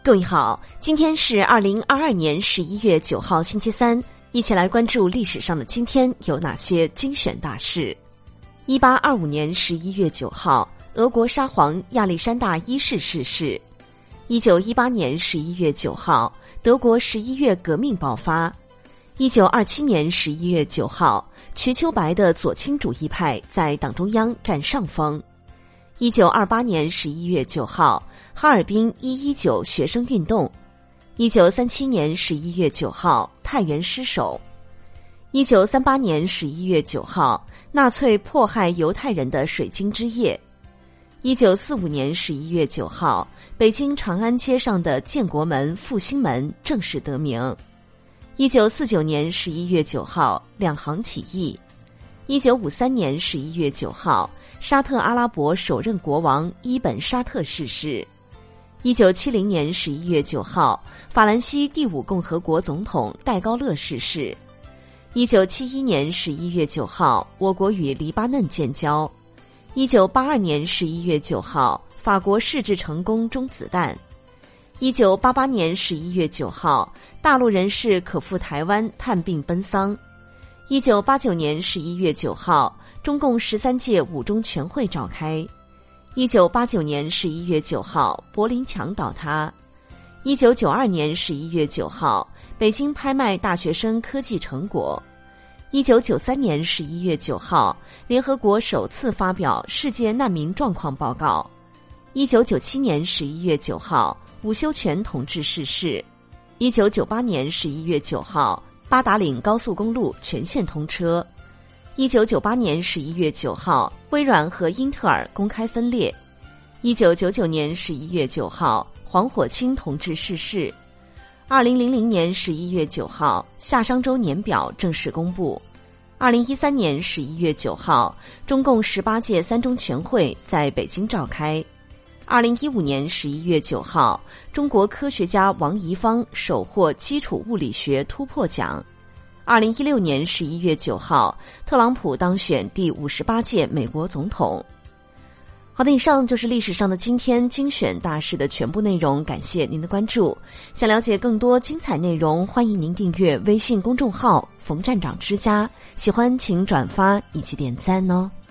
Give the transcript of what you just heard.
各位好，今天是2022年11月9号星期三，一起来关注历史上的今天有哪些精选大事。1825年11月9号，俄国沙皇亚历山大一世逝世。1918年11月9号，德国11月革命爆发。1927年11月9号，瞿秋白的左倾主义派在党中央占上风。1928年11月9号，哈尔滨119学生运动。1937年11月9号，太原失守。1938年11月9号，纳粹迫害犹太人的水晶之夜。1945年11月9号，北京长安街上的建国门、复兴门正式得名。1949年11月9号，两杭起义。1953年11月9号，沙特阿拉伯首任国王伊本沙特逝世。1970年11月9号，法兰西第5共和国总统戴高乐逝世。1971年11月9号，我国与黎巴嫩建交。1982年11月9号，法国试制成功中子弹。1988年11月9号，大陆人士可赴台湾探病奔丧。1989年11月9号，中共13届五中全会召开。1989年11月9号，柏林墙倒塌。1992年11月9号，北京拍卖大学生科技成果。1993年11月9号，联合国首次发表世界难民状况报告。1997年11月9号，伍修权同志逝世。1998年11月9号，八达岭高速公路全线通车。1998年11月9号，微软和英特尔公开分裂。1999年11月9号，黄火清同志逝世。2000年11月9号，夏商周年表正式公布。2013年11月9号，中共18届三中全会在北京召开。2015年11月9号，中国科学家王贻芳首获基础物理学突破奖。2016年11月9号，特朗普当选第58届美国总统。好的，以上就是历史上的今天精选大事的全部内容，感谢您的关注。想了解更多精彩内容，欢迎您订阅微信公众号冯站长之家，喜欢请转发以及点赞哦。